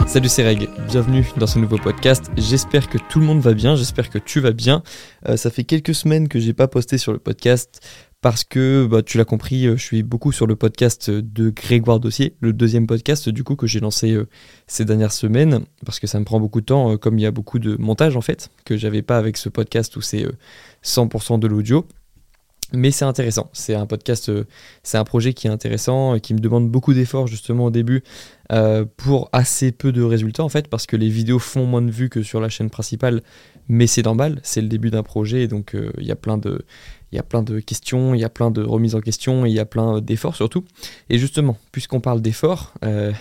Salut, c'est Reg, bienvenue dans ce nouveau podcast. J'espère que tout le monde va bien, j'espère que tu vas bien. Ça fait quelques semaines que j'ai pas posté sur le podcast parce que, tu l'as compris, je suis beaucoup sur le podcast de Grégoire Dossier, le deuxième podcast du coup que j'ai lancé ces dernières semaines, parce que ça me prend beaucoup de temps, comme il y a beaucoup de montage en fait, que j'avais pas avec ce podcast où c'est 100% de l'audio. Mais c'est intéressant, c'est un podcast, c'est un projet qui est intéressant et qui me demande beaucoup d'efforts justement au début pour assez peu de résultats en fait, parce que les vidéos font moins de vues que sur la chaîne principale, mais c'est normal, c'est le début d'un projet et donc il y a plein de questions, il y a plein de remises en question, et il y a plein d'efforts surtout. Et justement, puisqu'on parle d'efforts,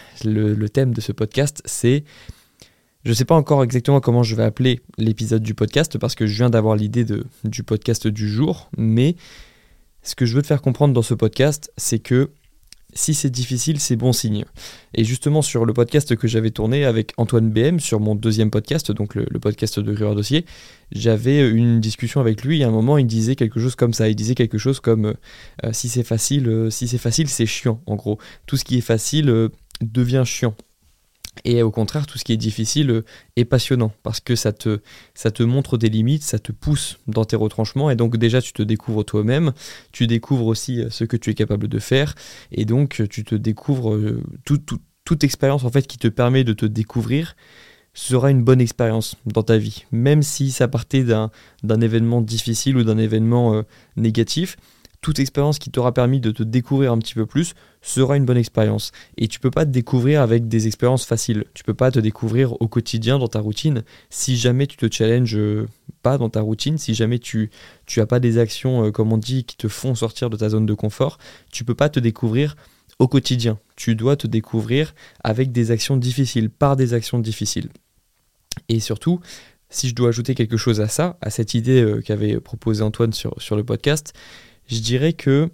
le thème de ce podcast c'est... Je ne sais pas encore exactement comment je vais appeler l'épisode du podcast parce que je viens d'avoir l'idée du podcast du jour, mais ce que je veux te faire comprendre dans ce podcast, c'est que si c'est difficile, c'est bon signe. Et justement sur le podcast que j'avais tourné avec Antoine BM, sur mon deuxième podcast, donc le podcast de Grégoire Dossier, j'avais une discussion avec lui et à un moment il disait quelque chose comme ça, il disait quelque chose comme si c'est facile, c'est chiant en gros. Tout ce qui est facile devient chiant. Et au contraire, tout ce qui est difficile est passionnant parce que ça te montre des limites, ça te pousse dans tes retranchements et donc déjà tu te découvres toi-même, tu découvres aussi ce que tu es capable de faire et donc tu te découvres toute expérience en fait qui te permet de te découvrir sera une bonne expérience dans ta vie, même si ça partait d'un événement difficile ou d'un événement négatif. Toute expérience qui t'aura permis de te découvrir un petit peu plus sera une bonne expérience. Et tu peux pas te découvrir avec des expériences faciles. Tu peux pas te découvrir au quotidien dans ta routine si jamais tu te challenges pas dans ta routine, si jamais tu as pas des actions, comme on dit, qui te font sortir de ta zone de confort. Tu peux pas te découvrir au quotidien. Tu dois te découvrir avec des actions difficiles, par des actions difficiles. Et surtout, si je dois ajouter quelque chose à ça, à cette idée qu'avait proposée Antoine sur le podcast, je dirais que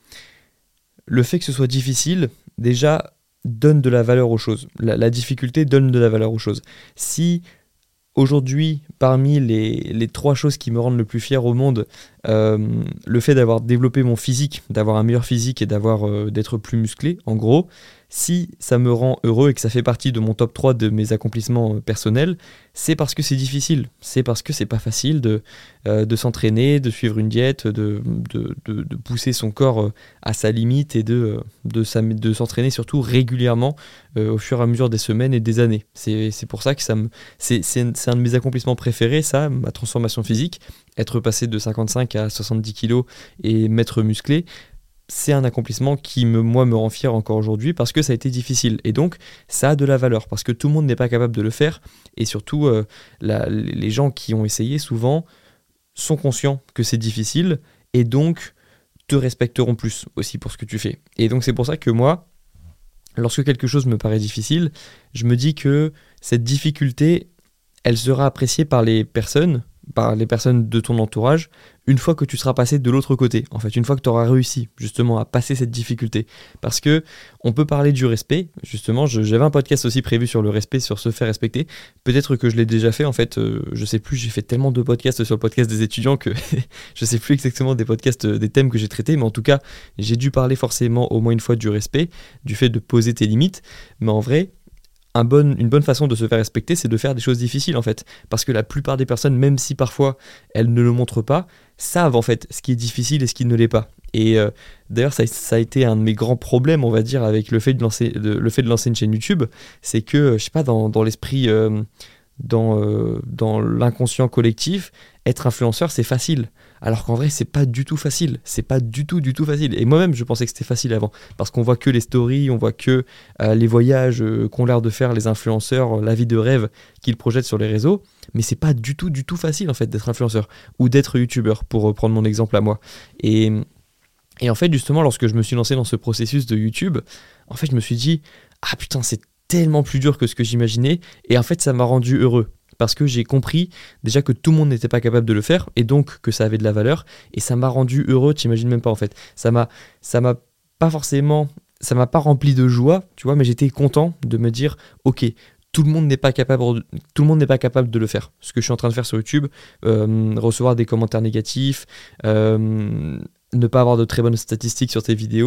le fait que ce soit difficile, déjà, donne de la valeur aux choses. La difficulté donne de la valeur aux choses. Si aujourd'hui, parmi les 3 choses qui me rendent le plus fier au monde, le fait d'avoir développé mon physique, d'avoir un meilleur physique et d'être plus musclé, en gros, si ça me rend heureux et que ça fait partie de mon top 3 de mes accomplissements personnels, c'est parce que c'est difficile, c'est parce que c'est pas facile de s'entraîner, de suivre une diète, de pousser son corps à sa limite et de s'entraîner surtout régulièrement au fur et à mesure des semaines et des années. C'est pour ça que c'est un de mes accomplissements préférés, ça, ma transformation physique, être passé de 55 à 70 kg et m'être musclé. C'est un accomplissement qui me rend fier encore aujourd'hui parce que ça a été difficile et donc ça a de la valeur parce que tout le monde n'est pas capable de le faire et surtout les gens qui ont essayé souvent sont conscients que c'est difficile et donc te respecteront plus aussi pour ce que tu fais. Et donc c'est pour ça que moi, lorsque quelque chose me paraît difficile, je me dis que cette difficulté, elle sera appréciée par les personnes de ton entourage, une fois que tu seras passé de l'autre côté, en fait, une fois que tu auras réussi justement à passer cette difficulté. Parce que on peut parler du respect, justement, j'avais un podcast aussi prévu sur le respect, sur se faire respecter, peut-être que je l'ai déjà fait, en fait, je sais plus, j'ai fait tellement de podcasts sur le podcast des étudiants que je sais plus exactement des podcasts, des thèmes que j'ai traités, mais en tout cas, j'ai dû parler forcément au moins une fois du respect, du fait de poser tes limites, mais en vrai, une bonne façon de se faire respecter, c'est de faire des choses difficiles en fait. Parce que la plupart des personnes, même si parfois elles ne le montrent pas, savent en fait ce qui est difficile et ce qui ne l'est pas. Et d'ailleurs, ça a été un de mes grands problèmes, on va dire, avec le fait de lancer une chaîne YouTube. C'est que, je sais pas, dans l'esprit, dans l'inconscient collectif, être influenceur, c'est facile. Alors qu'en vrai, c'est pas du tout facile. C'est pas du tout facile. Et moi-même, je pensais que c'était facile avant. Parce qu'on voit que les stories, on voit que les voyages qu'ont l'air de faire les influenceurs, la vie de rêve qu'ils projettent sur les réseaux. Mais c'est pas du tout facile, en fait, d'être influenceur. Ou d'être youtubeur, pour reprendre mon exemple à moi. Et en fait, justement, lorsque je me suis lancé dans ce processus de YouTube, en fait, je me suis dit, ah putain, c'est tellement plus dur que ce que j'imaginais. Et en fait, ça m'a rendu heureux. Parce que j'ai compris déjà que tout le monde n'était pas capable de le faire et donc que ça avait de la valeur et ça m'a rendu heureux, t'imagines même pas en fait. Ça m'a pas forcément, ça m'a pas rempli de joie, tu vois, mais j'étais content de me dire ok, tout le monde n'est pas capable de le faire. Ce que je suis en train de faire sur YouTube, recevoir des commentaires négatifs, ne pas avoir de très bonnes statistiques sur tes vidéos,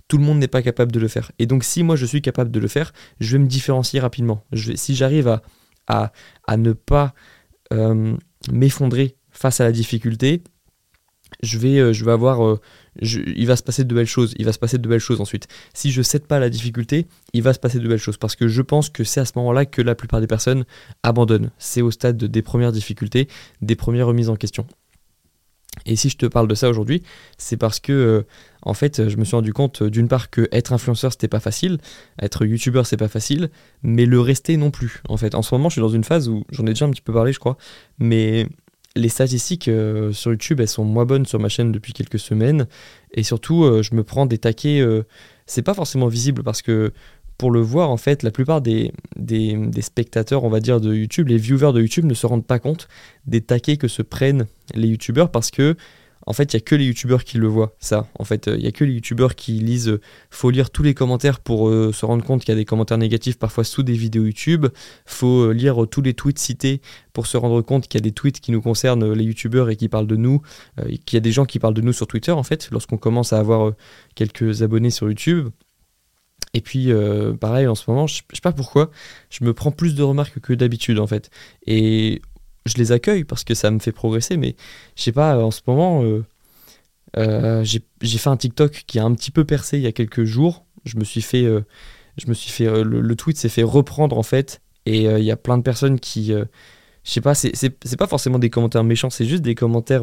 tout le monde n'est pas capable de le faire. Et donc si moi je suis capable de le faire, je vais me différencier rapidement. Si j'arrive à ne pas m'effondrer face à la difficulté, je vais avoir il va se passer de belles choses, ensuite. Si je cède pas à la difficulté, il va se passer de belles choses, parce que je pense que c'est à ce moment-là que la plupart des personnes abandonnent. C'est au stade des premières difficultés, des premières remises en question. Et si je te parle de ça aujourd'hui, c'est parce que en fait, je me suis rendu compte d'une part que être influenceur c'était pas facile, être youtubeur c'est pas facile, mais le rester non plus. En fait, en ce moment, je suis dans une phase où j'en ai déjà un petit peu parlé, je crois, mais les statistiques sur YouTube, elles sont moins bonnes sur ma chaîne depuis quelques semaines, et surtout, je me prends des taquets. C'est pas forcément visible parce que pour le voir, en fait, la plupart des spectateurs, on va dire, de YouTube, les viewers de YouTube ne se rendent pas compte des taquets que se prennent les youtubeurs, parce que en fait, il n'y a que les youtubeurs qui le voient, ça. En fait, il n'y a que les youtubeurs qui lisent. Faut lire tous les commentaires pour se rendre compte qu'il y a des commentaires négatifs parfois sous des vidéos YouTube. Faut lire tous les tweets cités pour se rendre compte qu'il y a des tweets qui nous concernent, les youtubeurs, et qui parlent de nous. Qu'il y a des gens qui parlent de nous sur Twitter, en fait, lorsqu'on commence à avoir quelques abonnés sur YouTube. Et puis, pareil, en ce moment, je sais pas pourquoi, je me prends plus de remarques que d'habitude, en fait. Et je les accueille parce que ça me fait progresser, mais je sais pas, en ce moment, j'ai fait un TikTok qui a un petit peu percé il y a quelques jours. Le tweet s'est fait reprendre, en fait, et il y a plein de personnes qui, je sais pas, c'est pas forcément des commentaires méchants, c'est juste des commentaires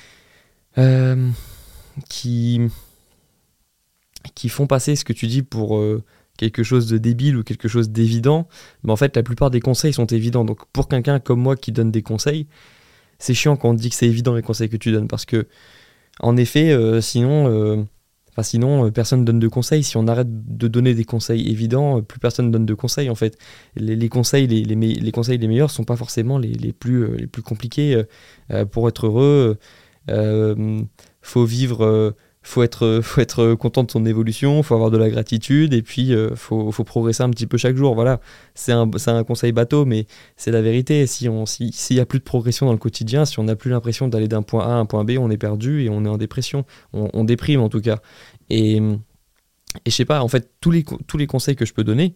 qui font passer ce que tu dis pour quelque chose de débile ou quelque chose d'évident, mais en fait la plupart des conseils sont évidents. Donc pour quelqu'un comme moi qui donne des conseils, c'est chiant quand on te dit que c'est évident les conseils que tu donnes, parce que en effet sinon personne donne de conseils. Si on arrête de donner des conseils évidents, plus personne donne de conseils, en fait. Les conseils les conseils les meilleurs sont pas forcément les plus compliqués. Pour être heureux, faut vivre, faut être content de son évolution, faut avoir de la gratitude, et puis faut progresser un petit peu chaque jour. Voilà, c'est un conseil bateau, mais c'est la vérité. S'il y a plus de progression dans le quotidien, si on n'a plus l'impression d'aller d'un point A à un point B, on est perdu et on est en dépression. On déprime, en tout cas. Et je sais pas, en fait, tous les conseils que je peux donner,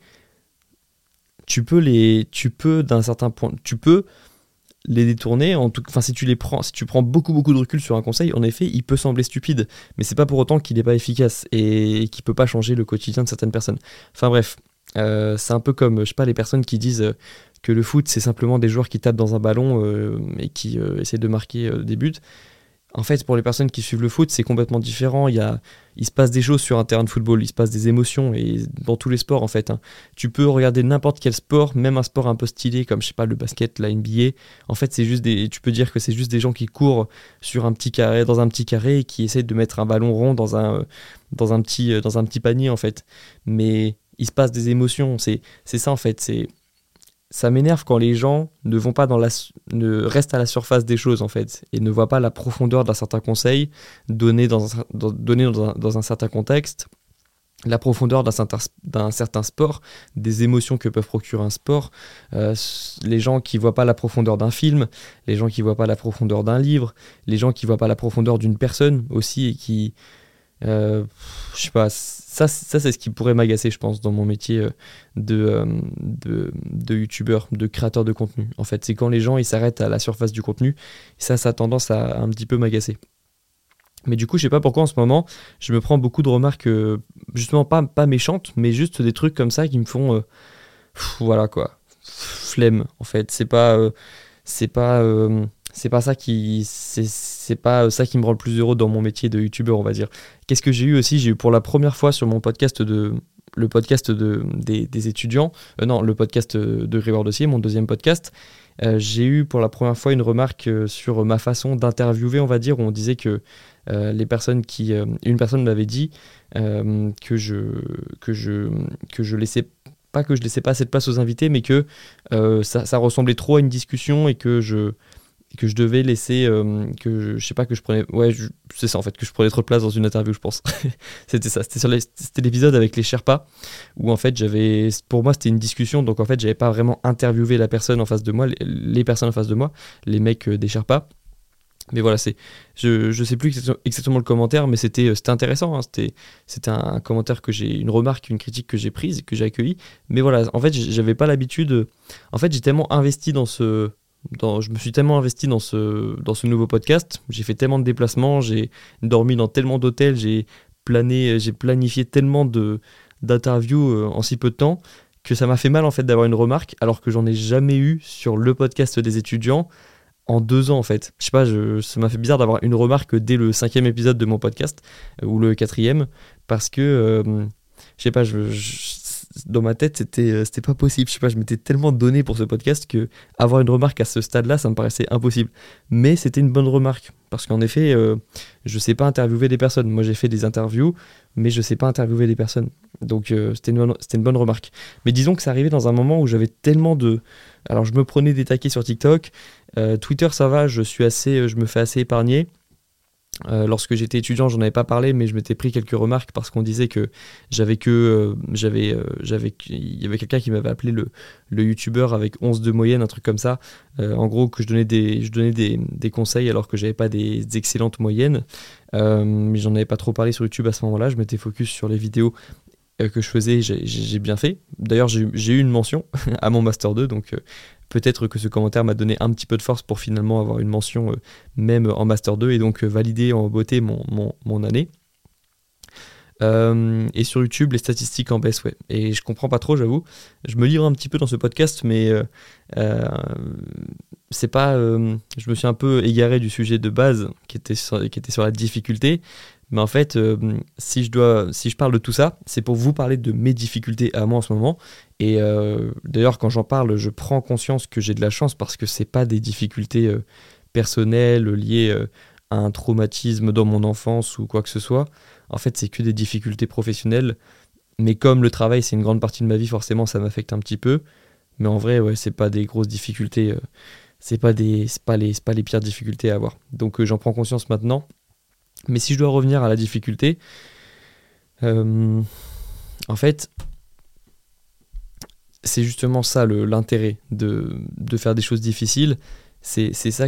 tu peux d'un certain point, tu peux les détourner, si tu prends beaucoup de recul sur un conseil, en effet, il peut sembler stupide, mais c'est pas pour autant qu'il n'est pas efficace et qu'il peut pas changer le quotidien de certaines personnes. Enfin bref, c'est un peu comme, je sais pas, les personnes qui disent que le foot, c'est simplement des joueurs qui tapent dans un ballon et qui essaient de marquer des buts. En fait, pour les personnes qui suivent le foot, c'est complètement différent. Il se passe des choses sur un terrain de football, il se passe des émotions, et dans tous les sports, en fait. Hein. Tu peux regarder n'importe quel sport, même un sport un peu stylé, comme, je sais pas, le basket, la NBA. En fait, tu peux dire que c'est juste des gens qui courent dans un petit carré, et qui essaient de mettre un ballon rond dans un petit panier, en fait. Mais il se passe des émotions. C'est ça, en fait. Ça m'énerve quand les gens ne vont pas ne restent à la surface des choses, en fait, et ne voient pas la profondeur d'un certain conseil donné dans un certain contexte, la profondeur d'un certain sport, des émotions que peuvent procurer un sport, les gens qui voient pas la profondeur d'un film, les gens qui voient pas la profondeur d'un livre, les gens qui voient pas la profondeur d'une personne aussi, et qui je sais pas, ça c'est ce qui pourrait m'agacer, je pense, dans mon métier de youtubeur, de créateur de contenu. En fait, c'est quand les gens ils s'arrêtent à la surface du contenu, ça a tendance à un petit peu m'agacer. Mais du coup, je sais pas pourquoi en ce moment, je me prends beaucoup de remarques, justement pas méchantes, mais juste des trucs comme ça qui me font, voilà quoi, flemme, en fait. C'est pas ça qui me rend le plus heureux dans mon métier de youtubeur, on va dire. Qu'est-ce que j'ai eu aussi? J'ai eu pour la première fois sur mon podcast le podcast des étudiants, le podcast de Grégoire Dossier, mon deuxième podcast. J'ai eu pour la première fois une remarque sur ma façon d'interviewer, on va dire, où on disait que une personne m'avait dit que je laissais pas assez de place aux invités, mais que ça ressemblait trop à une discussion, et que je devais laisser, c'est ça en fait, que je prenais trop de place dans une interview, je pense. C'était ça, c'était l'épisode avec les Sherpas, où en fait pour moi c'était une discussion, donc en fait j'avais pas vraiment interviewé la personne en face de moi, les personnes en face de moi, les mecs des Sherpas. Mais voilà, je sais plus exactement le commentaire, mais c'était intéressant, hein. C'était un commentaire une remarque, une critique que j'ai prise, que j'ai accueillie. Mais voilà, en fait, j'avais pas l'habitude. En fait, j'ai tellement investi je me suis tellement investi dans ce nouveau podcast. J'ai fait tellement de déplacements, j'ai dormi dans tellement d'hôtels, j'ai planifié tellement d'interviews en si peu de temps que ça m'a fait mal en fait d'avoir une remarque, alors que j'en ai jamais eu sur le podcast des étudiants en 2 ans en fait. Je sais pas, ça m'a fait bizarre d'avoir une remarque dès le 5e épisode de mon podcast, ou le 4e, parce que, je sais pas, dans ma tête, c'était pas possible. Je sais pas, je m'étais tellement donné pour ce podcast que avoir une remarque à ce stade-là, ça me paraissait impossible. Mais c'était une bonne remarque, parce qu'en effet, je sais pas interviewer des personnes. Moi, j'ai fait des interviews, mais je sais pas interviewer des personnes. Donc, c'était une bonne remarque. Mais disons que ça arrivait dans un moment où j'avais tellement de... Alors, je me prenais des taquets sur TikTok. Twitter, ça va, je me fais assez épargner. Lorsque j'étais étudiant, j'en avais pas parlé, mais je m'étais pris quelques remarques parce qu'on disait que il y avait quelqu'un qui m'avait appelé le youtubeur avec 11 de moyenne, un truc comme ça. En gros, que je donnais des conseils alors que j'avais pas des excellentes moyennes. Mais j'en avais pas trop parlé sur YouTube à ce moment-là. Je m'étais focus sur les vidéos que je faisais. J'ai bien fait. D'ailleurs, j'ai eu une mention à mon Master 2, donc peut-être que ce commentaire m'a donné un petit peu de force pour finalement avoir une mention même en Master 2 et donc valider en beauté mon année. Et sur YouTube, les statistiques en baisse, ouais. Et je comprends pas trop, j'avoue. Je me livre un petit peu dans ce podcast, mais c'est pas. Je me suis un peu égaré du sujet de base qui était sur la difficulté. Mais en fait, si je parle de tout ça, c'est pour vous parler de mes difficultés à moi en ce moment. Et d'ailleurs, quand j'en parle, je prends conscience que j'ai de la chance parce que c'est pas des difficultés personnelles liées à un traumatisme dans mon enfance ou quoi que ce soit. En fait, c'est que des difficultés professionnelles. Mais comme le travail, c'est une grande partie de ma vie, forcément, ça m'affecte un petit peu. Mais en vrai, ouais, c'est pas des grosses difficultés. C'est pas les pires difficultés à avoir. Donc j'en prends conscience maintenant. Mais si je dois revenir à la difficulté, en fait, c'est justement ça l'intérêt de faire des choses difficiles. C'est ça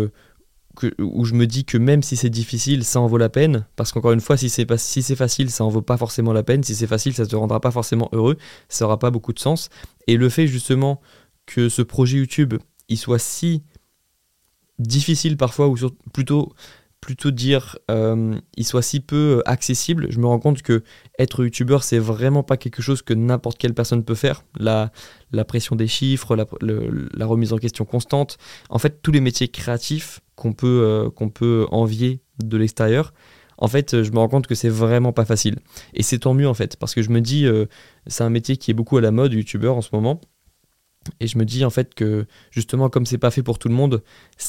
où je me dis que même si c'est difficile, ça en vaut la peine. Parce qu'encore une fois, si c'est facile, ça en vaut pas forcément la peine. Si c'est facile, ça te rendra pas forcément heureux. Ça aura pas beaucoup de sens. Et le fait justement que ce projet YouTube, il soit si difficile parfois, ou plutôt dire il soit si peu accessible, je me rends compte que être youtubeur, c'est vraiment pas quelque chose que n'importe quelle personne peut faire. La pression des chiffres, la remise en question constante, en fait tous les métiers créatifs qu'on peut envier de l'extérieur, en fait je me rends compte que c'est vraiment pas facile. Et c'est tant mieux en fait, parce que je me dis c'est un métier qui est beaucoup à la mode, youtubeur en ce moment. Et je me dis en fait que justement comme c'est pas fait pour tout le monde,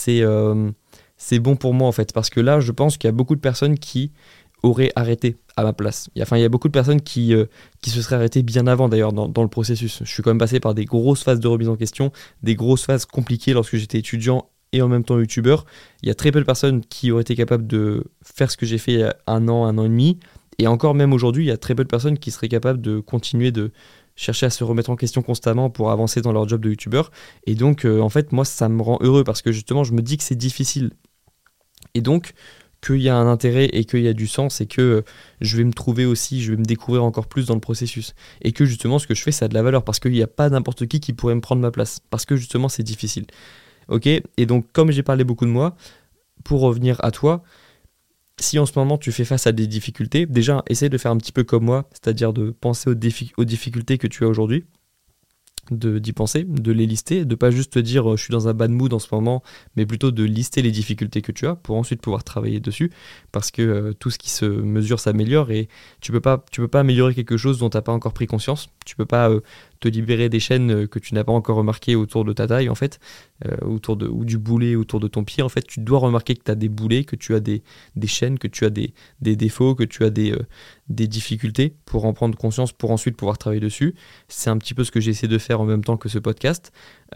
c'est bon pour moi en fait, parce que là je pense qu'il y a beaucoup de personnes qui auraient arrêté à ma place. Il y a beaucoup de personnes qui se seraient arrêtées bien avant d'ailleurs dans le processus. Je suis quand même passé par des grosses phases de remise en question, des grosses phases compliquées lorsque j'étais étudiant et en même temps youtubeur. Il y a très peu de personnes qui auraient été capables de faire ce que j'ai fait il y a un an et demi, et encore même aujourd'hui il y a très peu de personnes qui seraient capables de continuer de chercher à se remettre en question constamment pour avancer dans leur job de youtubeur. Et donc en fait moi ça me rend heureux parce que justement je me dis que c'est difficile. Et donc, qu'il y a un intérêt et qu'il y a du sens et que je vais me trouver aussi, je vais me découvrir encore plus dans le processus. Et que justement, ce que je fais, ça a de la valeur parce qu'il n'y a pas n'importe qui pourrait me prendre ma place. Parce que justement, c'est difficile. Ok ? Et donc, comme j'ai parlé beaucoup de moi, pour revenir à toi, si en ce moment tu fais face à des difficultés, déjà, essaye de faire un petit peu comme moi, c'est-à-dire de penser aux difficultés que tu as aujourd'hui, d'y penser, de les lister, de pas juste te dire je suis dans un bad mood en ce moment, mais plutôt de lister les difficultés que tu as pour ensuite pouvoir travailler dessus, parce que tout ce qui se mesure s'améliore et tu peux pas améliorer quelque chose dont tu n'as pas encore pris conscience. Tu peux pas te libérer des chaînes que tu n'as pas encore remarquées autour de ta taille en fait, ou du boulet autour de ton pied. En fait, tu dois remarquer que tu as des boulets, que tu as des chaînes, que tu as des défauts, que tu as des difficultés pour en prendre conscience, pour ensuite pouvoir travailler dessus. C'est un petit peu ce que j'essaie de faire en même temps que ce podcast.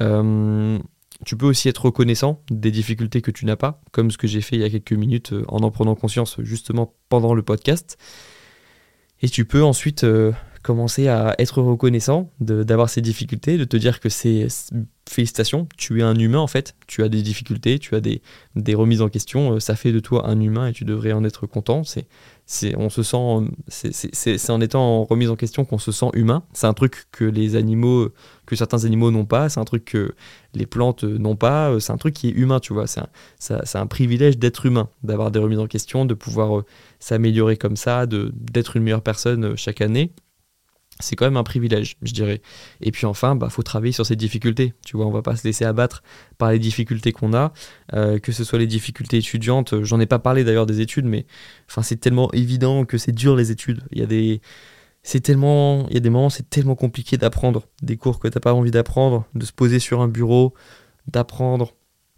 Tu peux aussi être reconnaissant des difficultés que tu n'as pas, comme ce que j'ai fait il y a quelques minutes en prenant conscience justement pendant le podcast. Et tu peux ensuite commencer à être reconnaissant d'avoir ces difficultés, de te dire que félicitations, tu es un humain en fait, tu as des difficultés, tu as des remises en question, ça fait de toi un humain et tu devrais en être content. On se sent, c'est en étant en remise en question qu'on se sent humain. C'est un truc que certains animaux n'ont pas, c'est un truc que les plantes n'ont pas, c'est un truc qui est humain, tu vois. C'est un privilège d'être humain, d'avoir des remises en question, de pouvoir s'améliorer comme ça, d'être une meilleure personne chaque année. C'est quand même un privilège, je dirais. Et puis enfin, faut travailler sur ces difficultés. Tu vois, on va pas se laisser abattre par les difficultés qu'on a, que ce soit les difficultés étudiantes. J'en ai pas parlé d'ailleurs des études, mais enfin, c'est tellement évident que c'est dur les études. Il y a des moments, c'est tellement compliqué d'apprendre des cours que t'as pas envie d'apprendre, de se poser sur un bureau, d'apprendre,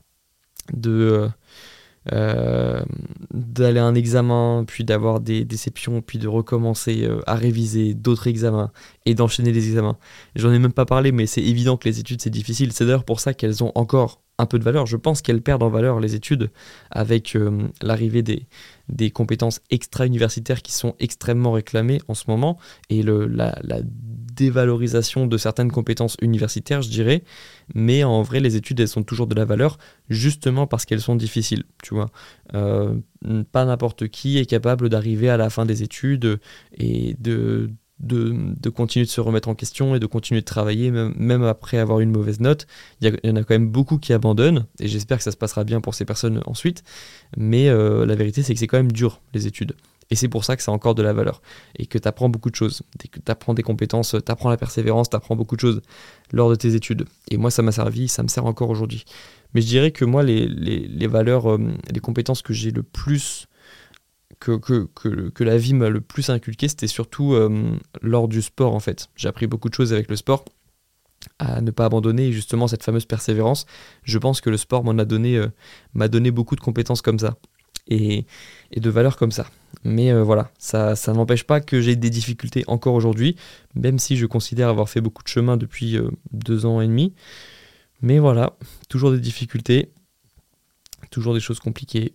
d'aller à un examen, puis d'avoir des déceptions, puis de recommencer à réviser d'autres examens et d'enchaîner les examens. J'en ai même pas parlé, mais c'est évident que les études c'est difficile. C'est d'ailleurs pour ça qu'elles ont encore un peu de valeur. Je pense qu'elles perdent en valeur les études avec l'arrivée des compétences extra-universitaires qui sont extrêmement réclamées en ce moment et la dévalorisation de certaines compétences universitaires, je dirais. Mais en vrai, les études, elles sont toujours de la valeur justement parce qu'elles sont difficiles, tu vois. Pas n'importe qui est capable d'arriver à la fin des études et de continuer de se remettre en question et de continuer de travailler même après avoir une mauvaise note. Il y en a quand même beaucoup qui abandonnent et j'espère que ça se passera bien pour ces personnes ensuite, mais la vérité c'est que c'est quand même dur les études et c'est pour ça que ça a encore de la valeur et que tu apprends beaucoup de choses, que tu apprends des compétences, tu apprends la persévérance, tu apprends beaucoup de choses lors de tes études et moi ça m'a servi, ça me sert encore aujourd'hui. Mais je dirais que moi les valeurs, les compétences que j'ai le plus que la vie m'a le plus inculqué, c'était surtout lors du sport en fait. J'ai appris beaucoup de choses avec le sport, à ne pas abandonner et justement cette fameuse persévérance. Je pense que le sport m'a donné beaucoup de compétences comme ça et de valeurs comme ça. Mais voilà, ça n'empêche pas que j'ai des difficultés encore aujourd'hui, même si je considère avoir fait beaucoup de chemin depuis 2 ans et demi. Mais voilà, toujours des difficultés, toujours des choses compliquées.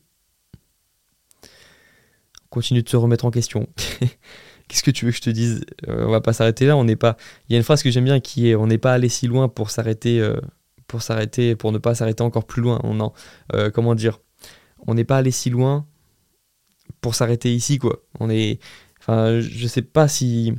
Continue de se remettre en question. Qu'est-ce que tu veux que je te dise ? On va pas s'arrêter là. Il y a une phrase que j'aime bien qui est on n'est pas allé si loin pour ne pas s'arrêter encore plus loin. Comment dire ? On n'est pas allé si loin pour s'arrêter ici, quoi. Je sais pas si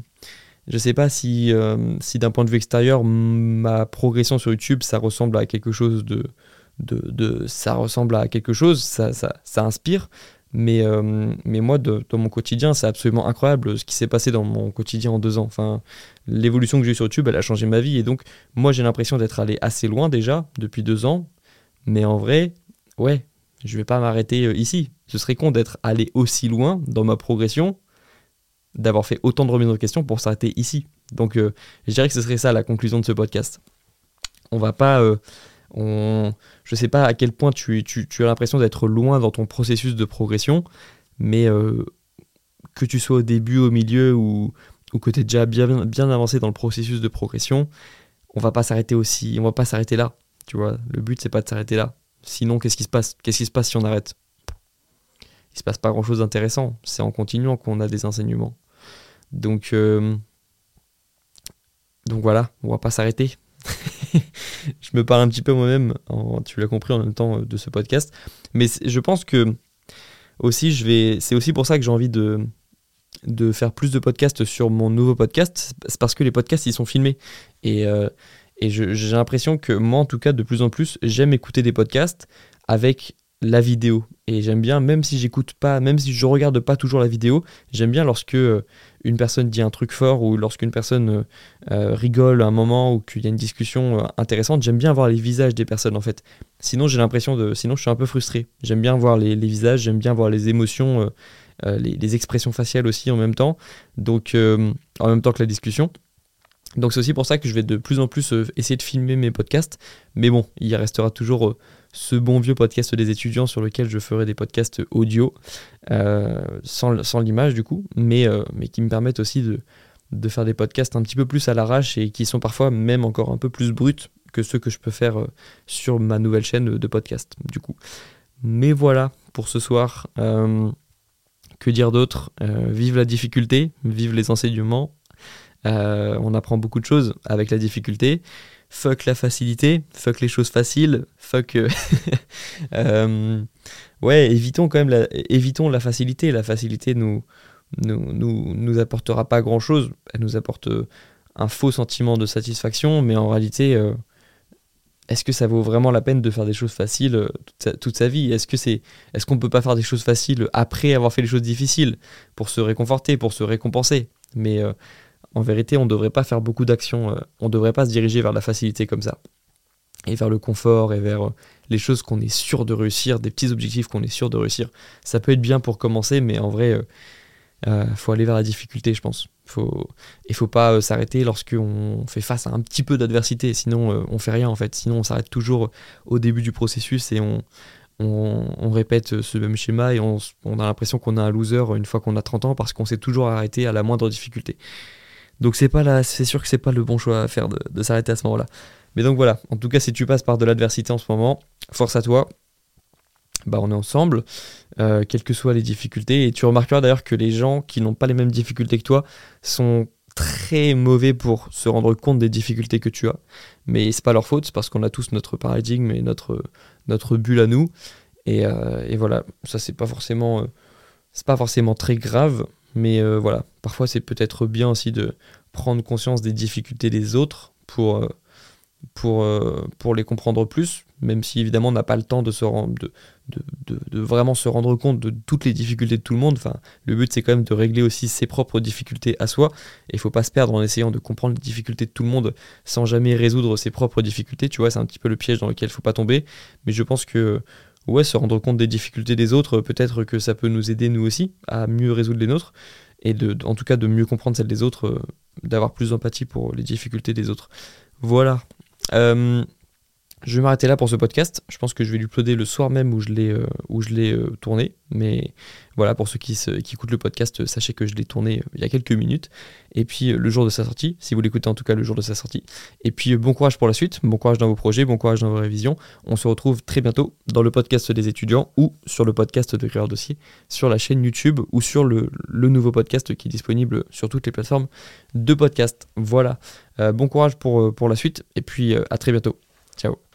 d'un point de vue extérieur, ma progression sur YouTube, ça ressemble à quelque chose ça ressemble à quelque chose, ça inspire. Mais moi, dans mon quotidien, c'est absolument incroyable ce qui s'est passé dans mon quotidien en 2 ans. Enfin, l'évolution que j'ai eue sur YouTube, elle a changé ma vie. Et donc, moi, j'ai l'impression d'être allé assez loin déjà, depuis 2 ans. Mais en vrai, ouais, je vais pas m'arrêter ici. Ce serait con d'être allé aussi loin dans ma progression, d'avoir fait autant de remises en question pour s'arrêter ici. Donc, je dirais que ce serait ça la conclusion de ce podcast. On va pas... je sais pas à quel point tu as l'impression d'être loin dans ton processus de progression, mais que tu sois au début, au milieu ou que tu es déjà bien avancé dans le processus de progression, on va pas s'arrêter là. Tu vois, le but c'est pas de s'arrêter là. Sinon, qu'est-ce qui se passe si on arrête ? Il se passe pas grand chose d'intéressant. C'est en continuant qu'on a des enseignements. Donc voilà, on va pas s'arrêter. Je me parle un petit peu moi-même, tu l'as compris en même temps de ce podcast. Mais je pense que aussi c'est aussi pour ça que j'ai envie de faire plus de podcasts sur mon nouveau podcast. C'est parce que les podcasts ils sont filmés et j'ai l'impression que moi en tout cas de plus en plus j'aime écouter des podcasts avec la vidéo et j'aime bien même si je regarde pas toujours la vidéo, j'aime bien lorsque une personne dit un truc fort ou lorsqu'une personne rigole à un moment ou qu'il y a une discussion intéressante, j'aime bien voir les visages des personnes en fait. Sinon je suis un peu frustré. J'aime bien voir les visages, j'aime bien voir les émotions, les expressions faciales aussi en même temps, donc en même temps que la discussion. Donc c'est aussi pour ça que je vais de plus en plus essayer de filmer mes podcasts. Mais bon, il restera toujours ce bon vieux podcast des étudiants sur lequel je ferai des podcasts audio, sans l'image du coup, mais qui me permettent aussi de faire des podcasts un petit peu plus à l'arrache et qui sont parfois même encore un peu plus bruts que ceux que je peux faire sur ma nouvelle chaîne de podcast du coup. Mais voilà pour ce soir. Que dire d'autre ? Vive la difficulté, vive les enseignements. On apprend beaucoup de choses avec la difficulté. Fuck la facilité, fuck les choses faciles, fuck... ouais, évitons la facilité. La facilité nous apportera pas grand-chose. Elle nous apporte un faux sentiment de satisfaction, mais en réalité, est-ce que ça vaut vraiment la peine de faire des choses faciles toute sa vie ? Est-ce qu'on peut pas faire des choses faciles après avoir fait les choses difficiles pour se réconforter, pour se récompenser ? Mais en vérité, on ne devrait pas faire beaucoup d'actions, on ne devrait pas se diriger vers la facilité comme ça. Et vers le confort et vers les choses qu'on est sûr de réussir, des petits objectifs qu'on est sûr de réussir. Ça peut être bien pour commencer, mais en vrai, faut aller vers la difficulté, je pense. Faut pas s'arrêter lorsqu'on fait face à un petit peu d'adversité, sinon on fait rien en fait. Sinon on s'arrête toujours au début du processus et on répète ce même schéma et on a l'impression qu'on est un loser une fois qu'on a 30 ans parce qu'on s'est toujours arrêté à la moindre difficulté. Donc c'est sûr que c'est pas le bon choix à faire de s'arrêter à ce moment-là. Mais donc voilà, en tout cas si tu passes par de l'adversité en ce moment, force à toi, on est ensemble, quelles que soient les difficultés. Et tu remarqueras d'ailleurs que les gens qui n'ont pas les mêmes difficultés que toi sont très mauvais pour se rendre compte des difficultés que tu as. Mais c'est pas leur faute, c'est parce qu'on a tous notre paradigme et notre bulle à nous. Et voilà, ça c'est pas forcément très grave. Mais voilà, parfois c'est peut-être bien aussi de prendre conscience des difficultés des autres pour les comprendre plus, même si évidemment on n'a pas le temps de vraiment se rendre compte de toutes les difficultés de tout le monde. Enfin, le but c'est quand même de régler aussi ses propres difficultés à soi, et il faut pas se perdre en essayant de comprendre les difficultés de tout le monde sans jamais résoudre ses propres difficultés, tu vois, c'est un petit peu le piège dans lequel il faut pas tomber. Mais je pense que se rendre compte des difficultés des autres, peut-être que ça peut nous aider nous aussi à mieux résoudre les nôtres, et en tout cas de mieux comprendre celles des autres, d'avoir plus d'empathie pour les difficultés des autres. Voilà. Je vais m'arrêter là pour ce podcast. Je pense que je vais l'uploader le soir même où je l'ai tourné. Mais voilà, pour ceux qui écoutent le podcast, sachez que je l'ai tourné il y a quelques minutes. Et puis le jour de sa sortie, si vous l'écoutez en tout cas le jour de sa sortie. Et puis bon courage pour la suite, bon courage dans vos projets, bon courage dans vos révisions. On se retrouve très bientôt dans le podcast des étudiants ou sur le podcast de Créer Dossier, sur la chaîne YouTube ou sur le nouveau podcast qui est disponible sur toutes les plateformes de podcast. Voilà, bon courage pour la suite et puis à très bientôt. Ciao.